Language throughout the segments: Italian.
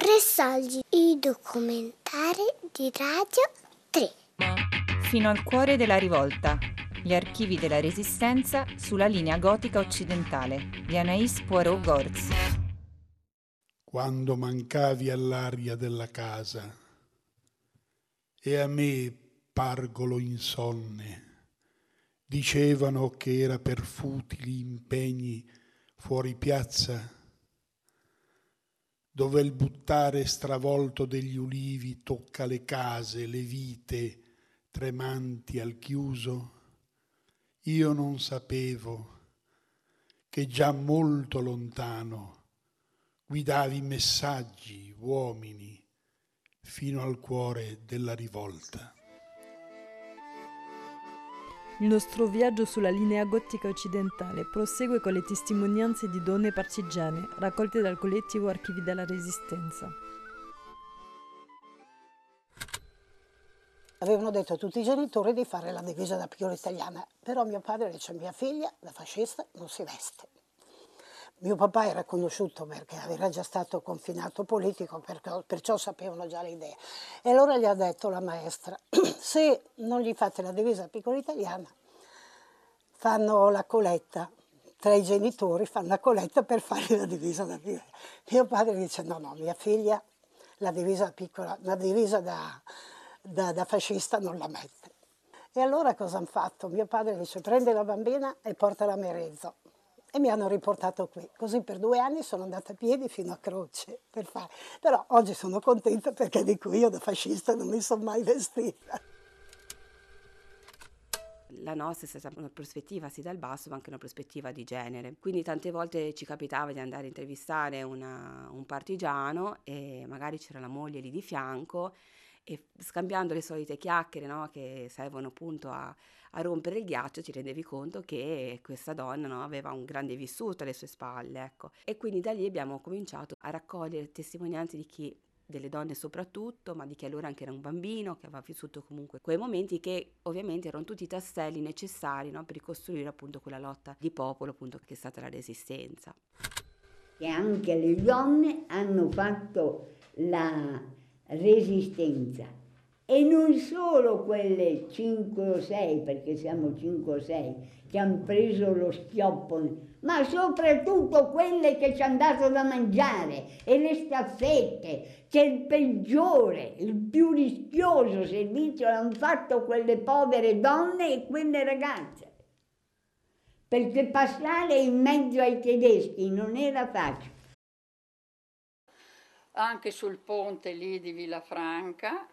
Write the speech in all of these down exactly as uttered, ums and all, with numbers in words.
Presaggi, i documentari di Radio tre. Fino al cuore della rivolta. Gli archivi della Resistenza sulla linea gotica occidentale di Anaïs Poirot-Gorz. Quando mancavi all'aria della casa e a me, pargolo insonne, dicevano che era per futili impegni fuori piazza, dove il buttare stravolto degli ulivi tocca le case, le vite tremanti al chiuso. Io non sapevo che già molto lontano guidavi messaggi, uomini, fino al cuore della rivolta. Il nostro viaggio sulla linea gotica occidentale prosegue con le testimonianze di donne partigiane raccolte dal collettivo Archivi della Resistenza. Avevano detto a tutti i genitori di fare la divisa da piola italiana, però mio padre dice: mia figlia da fascista non si veste. Mio papà era conosciuto perché era già stato confinato politico, perché, perciò sapevano già le idee. E allora gli ha detto la maestra: se non gli fate la divisa da piccola italiana, fanno la coletta, tra i genitori fanno la coletta per fare la divisa da piccola. Mio padre dice: no, no, mia figlia la divisa piccola, la divisa da, da, da fascista non la mette. E allora cosa hanno fatto? Mio padre dice: prende la bambina e portala a Merezzo. E mi hanno riportato qui, così per due anni sono andata a piedi fino a Croce per fare. Però oggi sono contenta perché dico: io da fascista non mi sono mai vestita. La nostra è stata una prospettiva sì dal basso, ma anche una prospettiva di genere. Quindi tante volte ci capitava di andare a intervistare una, un partigiano e magari c'era la moglie lì di fianco, e scambiando le solite chiacchiere, no, che servono appunto a, a rompere il ghiaccio, ti rendevi conto che questa donna, no, aveva un grande vissuto alle sue spalle, ecco. E quindi da lì abbiamo cominciato a raccogliere testimonianze di chi, delle donne soprattutto, ma di chi allora anche era un bambino, che aveva vissuto comunque quei momenti, che ovviamente erano tutti i tasselli necessari, no, per ricostruire appunto quella lotta di popolo appunto che è stata la Resistenza. E anche le donne hanno fatto la Resistenza, e non solo quelle cinque o sei, perché siamo cinque o sei che hanno preso lo schioppo, ma soprattutto quelle che ci hanno dato da mangiare, e le staffette, che il peggiore, il più rischioso servizio l'hanno fatto quelle povere donne e quelle ragazze, perché passare in mezzo ai tedeschi non era facile. Anche sul ponte lì di Villafranca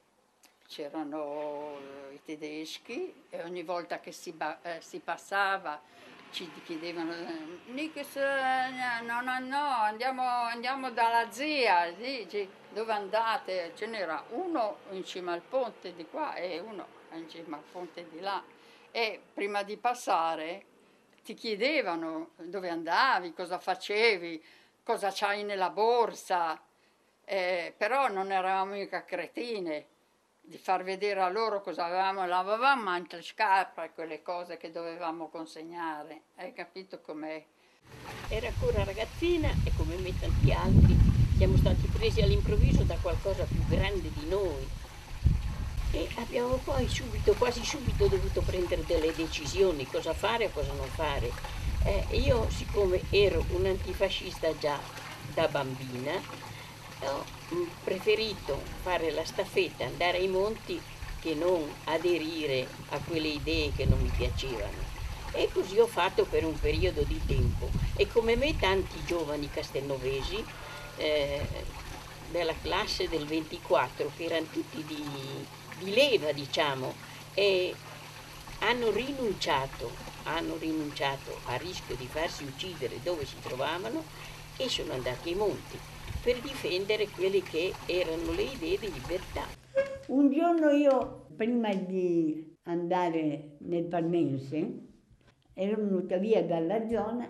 c'erano i tedeschi, e ogni volta che si, eh, si passava ci chiedevano: Nix, no, no, no, andiamo, andiamo dalla zia, sì, dove andate? Ce n'era uno in cima al ponte di qua e uno in cima al ponte di là, e prima di passare ti chiedevano dove andavi, cosa facevi, cosa c'hai nella borsa. Eh, però non eravamo mica cretine di far vedere a loro cosa avevamo, lavavamo anche le scarpe e quelle cose che dovevamo consegnare. Hai capito com'è? Era ancora ragazzina e come me tanti altri siamo stati presi all'improvviso da qualcosa più grande di noi, e abbiamo poi subito, quasi subito dovuto prendere delle decisioni, cosa fare e cosa non fare. Eh, io, siccome ero un antifascista già da bambina, ho preferito fare la staffetta, andare ai monti, che non aderire a quelle idee che non mi piacevano. E così ho fatto per un periodo di tempo. E come me tanti giovani castelnovesi eh, della classe del ventiquattro, che erano tutti di, di leva, diciamo, e hanno rinunciato, hanno rinunciato a rischio di farsi uccidere dove si trovavano, e sono andati ai monti per difendere quelle che erano le idee di libertà. Un giorno io, prima di andare nel Parmense, ero venuta via dalla zona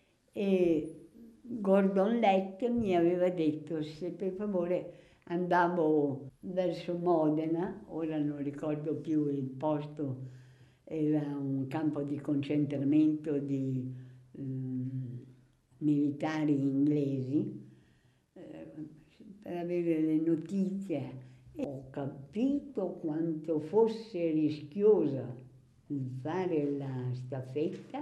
e Gordon Lett mi aveva detto se per favore andavo verso Modena, ora non ricordo più il posto, era un campo di concentramento di um, militari inglesi, per avere le notizie. E ho capito quanto fosse rischiosa fare la staffetta,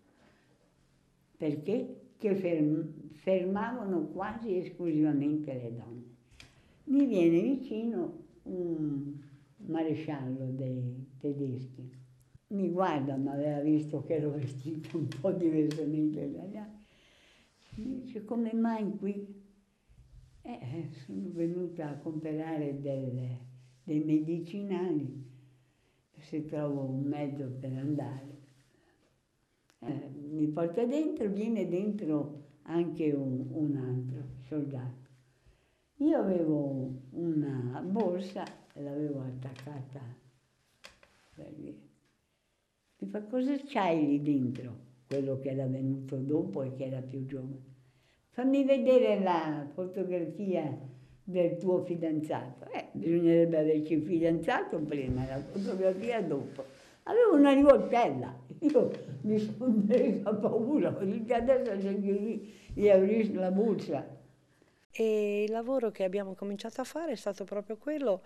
perché che ferm- fermavano quasi esclusivamente le donne. Mi viene vicino un maresciallo dei tedeschi, mi guarda, ma aveva visto che ero vestita un po' diversamente dagli altri, mi dice: come mai qui? Eh, sono venuta a comprare delle, dei medicinali, se trovo un mezzo per andare. Eh, mi porta dentro, viene dentro anche un, un altro soldato. Io avevo una borsa e l'avevo attaccata per lì. Mi fa: cosa c'hai lì dentro? Quello che era venuto dopo e che era più giovane. Fammi vedere la fotografia del tuo fidanzato. Eh, bisognerebbe averci il fidanzato prima, la fotografia dopo. Avevo una rivoltella, io mi sono presa paura, perché adesso se gli, gli aprissi la borsa. E il lavoro che abbiamo cominciato a fare è stato proprio quello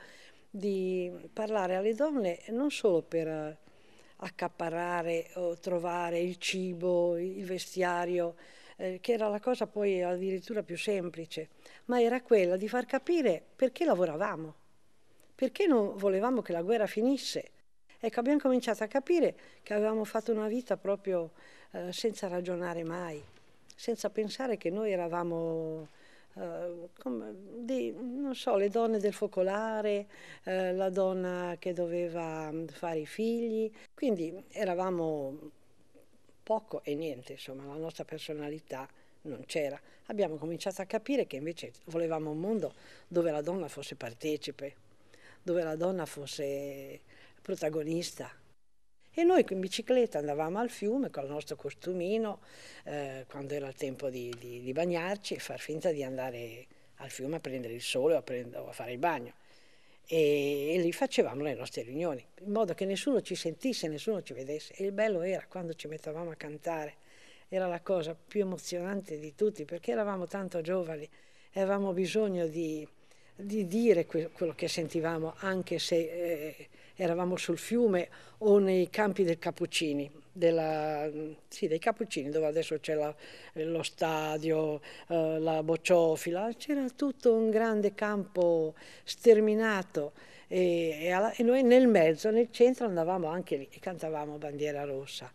di parlare alle donne non solo per accaparrare o trovare il cibo, il vestiario, eh, che era la cosa poi addirittura più semplice, ma era quella di far capire perché lavoravamo, perché non volevamo che la guerra finisse. Ecco, abbiamo cominciato a capire che avevamo fatto una vita proprio eh, senza ragionare mai, senza pensare che noi eravamo Uh, come, di, non so, le donne del focolare, uh, la donna che doveva fare i figli, quindi eravamo poco e niente, insomma, la nostra personalità non c'era. Abbiamo cominciato a capire che invece volevamo un mondo dove la donna fosse partecipe, dove la donna fosse protagonista. E noi in bicicletta andavamo al fiume con il nostro costumino, eh, quando era il tempo di, di, di bagnarci, e far finta di andare al fiume a prendere il sole o a, prendere, o a fare il bagno. E, e lì facevamo le nostre riunioni, in modo che nessuno ci sentisse, nessuno ci vedesse. E il bello era quando ci mettavamo a cantare, era la cosa più emozionante di tutti, perché eravamo tanto giovani, avevamo bisogno di, di dire que- quello che sentivamo, anche se eh, eravamo sul fiume o nei campi del Cappuccini, della, sì, dei Cappuccini, dove adesso c'è la, lo stadio, eh, la bocciofila, c'era tutto un grande campo sterminato e, e, alla, e noi nel mezzo, nel centro, andavamo anche lì e cantavamo Bandiera Rossa.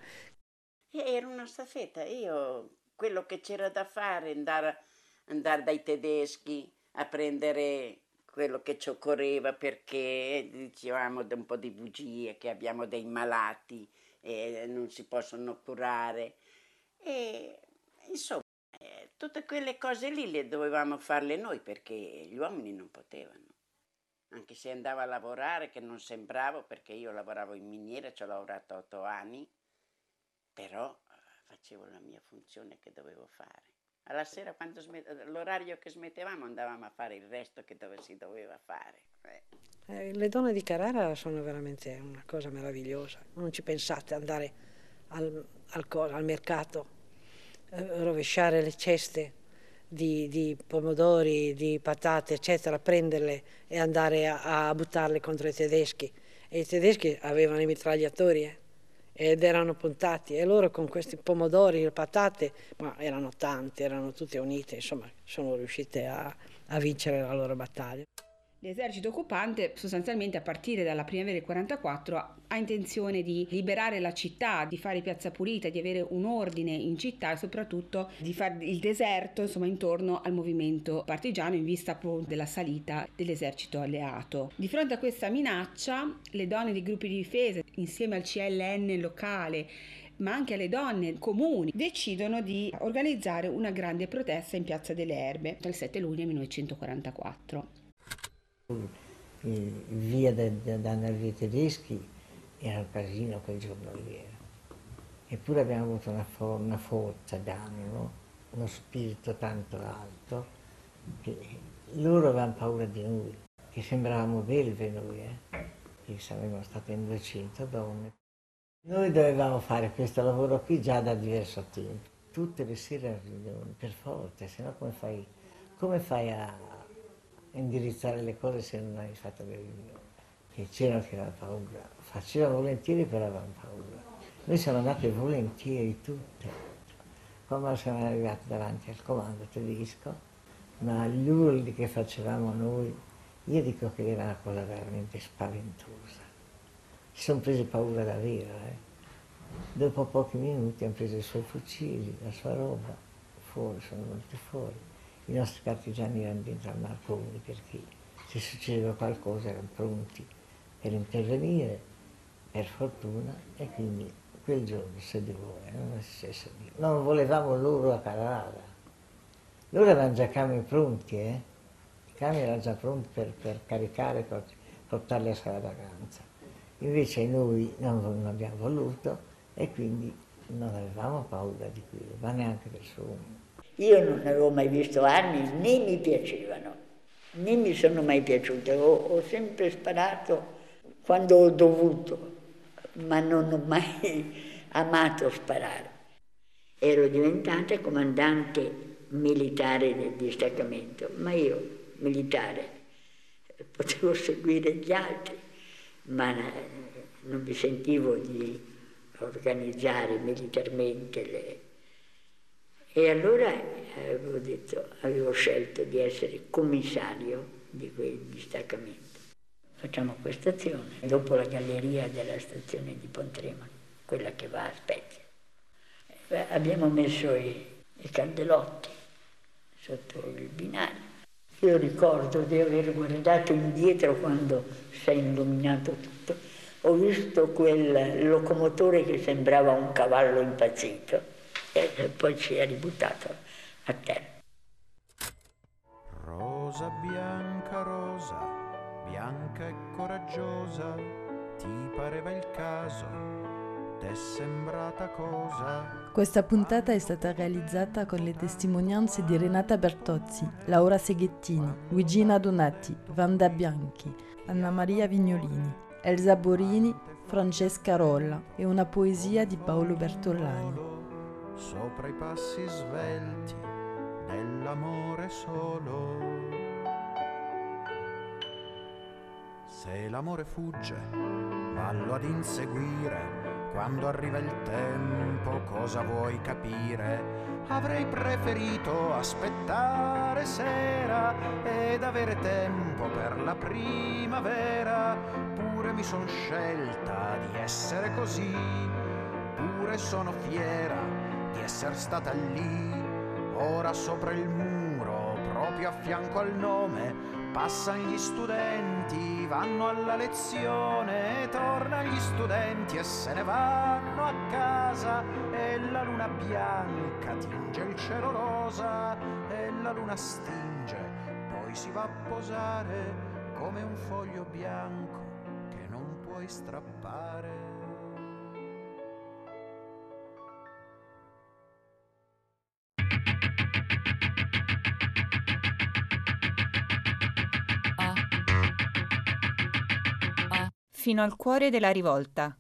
Era una staffetta, io quello che c'era da fare, andare, andare dai tedeschi a prendere quello che ci occorreva, perché dicevamo un po' di bugie, che abbiamo dei malati e non si possono curare. E insomma, eh, tutte quelle cose lì le dovevamo farle noi, perché gli uomini non potevano. Anche se andavo a lavorare, che non sembravo, perché io lavoravo in miniera, ci ho lavorato otto anni, però facevo la mia funzione che dovevo fare. Alla sera, quando smet- l'orario che smettevamo, andavamo a fare il resto che dove si doveva fare. Eh. Eh, le donne di Carrara sono veramente una cosa meravigliosa. Non ci pensate, andare al, al, al mercato, eh, rovesciare le ceste di, di pomodori, di patate, eccetera, prenderle e andare a, a buttarle contro i tedeschi. E i tedeschi avevano i mitragliatori, eh. ed erano puntati, e loro con questi pomodori, le patate, ma erano tante, erano tutte unite, insomma, sono riuscite a, a vincere la loro battaglia. L'esercito occupante sostanzialmente a partire dalla primavera del quarantaquattro ha intenzione di liberare la città, di fare piazza pulita, di avere un ordine in città e soprattutto di fare il deserto, insomma, intorno al movimento partigiano in vista appunto della salita dell'esercito alleato. Di fronte a questa minaccia, le donne dei gruppi di difesa, insieme al C L N locale, ma anche alle donne comuni, decidono di organizzare una grande protesta in Piazza delle Erbe il sette luglio millenovecentoquarantaquattro. Il via da, da, da andare via tedeschi era un casino quel giorno lì. Eppure abbiamo avuto una, for- una forza d'animo, uno spirito tanto alto, che loro avevano paura di noi, che sembravamo belve noi, eh? Che saremmo state in duecento donne. Noi dovevamo fare questo lavoro qui già da diverso tempo, tutte le sere a riunioni, per forza, sennò come fai, come fai a, indirizzare le cose se non hai fatto le riunioni. Che c'erano che avevano paura, facevano volentieri però avevano paura. Noi siamo andate volentieri tutte. Quando siamo arrivati davanti al comando tedesco, ma gli urli che facevamo noi, io dico che era una cosa veramente spaventosa. Si sono prese paura davvero, eh. Dopo pochi minuti hanno preso i suoi fucili, la sua roba, fuori, sono venuti fuori. I nostri partigiani erano dentro al Marconi perché se succedeva qualcosa erano pronti per intervenire, per fortuna, e quindi quel giorno se devo, non è successo niente. Non volevamo loro a Carrara. Loro avevano già camion pronti, eh? I camion erano già pronti per, per caricare, per portarli a sala vacanza. Invece noi non, non abbiamo voluto e quindi non avevamo paura di quello, ma neanche per sogno. Io non avevo mai visto armi, né mi piacevano, né mi sono mai piaciute. Ho, ho sempre sparato quando ho dovuto, ma non ho mai amato sparare. Ero diventata comandante militare del distaccamento, ma io, militare, potevo seguire gli altri, ma non mi sentivo di organizzare militarmente le... E allora avevo detto, avevo scelto di essere commissario di quel distaccamento. Facciamo questa azione, dopo la galleria della stazione di Pontremoli, quella che va a Spezia. Abbiamo messo i, i candelotti sotto il binario. Io ricordo di aver guardato indietro quando si è illuminato tutto. Ho visto quel locomotore che sembrava un cavallo impazzito e poi ci è ributtato a terra. Rosa bianca, rosa, bianca e coraggiosa, ti pareva il caso, t'è sembrata cosa? Questa puntata è stata realizzata con le testimonianze di Renata Bertozzi, Laura Seghettini, Luigina Donati, Wanda Bianchi, Anna Maria Vignolini, Elsa Borini, Francesca Rolla e una poesia di Paolo Bertollani. Sopra i passi svelti dell'amore solo. Se l'amore fugge, vallo ad inseguire. Quando arriva il tempo, cosa vuoi capire? Avrei preferito aspettare sera ed avere tempo per la primavera. Pure mi son scelta di essere così, pure sono fiera di essere stata lì. Ora sopra il muro, proprio a fianco al nome, passano gli studenti, vanno alla lezione, tornano gli studenti e se ne vanno a casa, e la luna bianca tinge il cielo rosa, e la luna stinge, poi si va a posare come un foglio bianco che non puoi strappare. Fino al cuore della rivolta.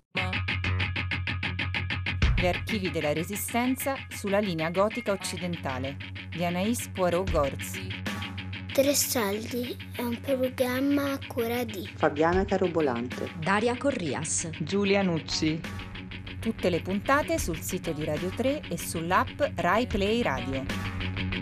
Gli archivi della Resistenza sulla linea gotica occidentale di Anaïs Poirot-Gorz. Tre Soldi è un programma a cura di Fabiana Carobolante, Daria Corrias, Giulia Nucci. Tutte le puntate sul sito di Radio tre e sull'app Rai Play Radio.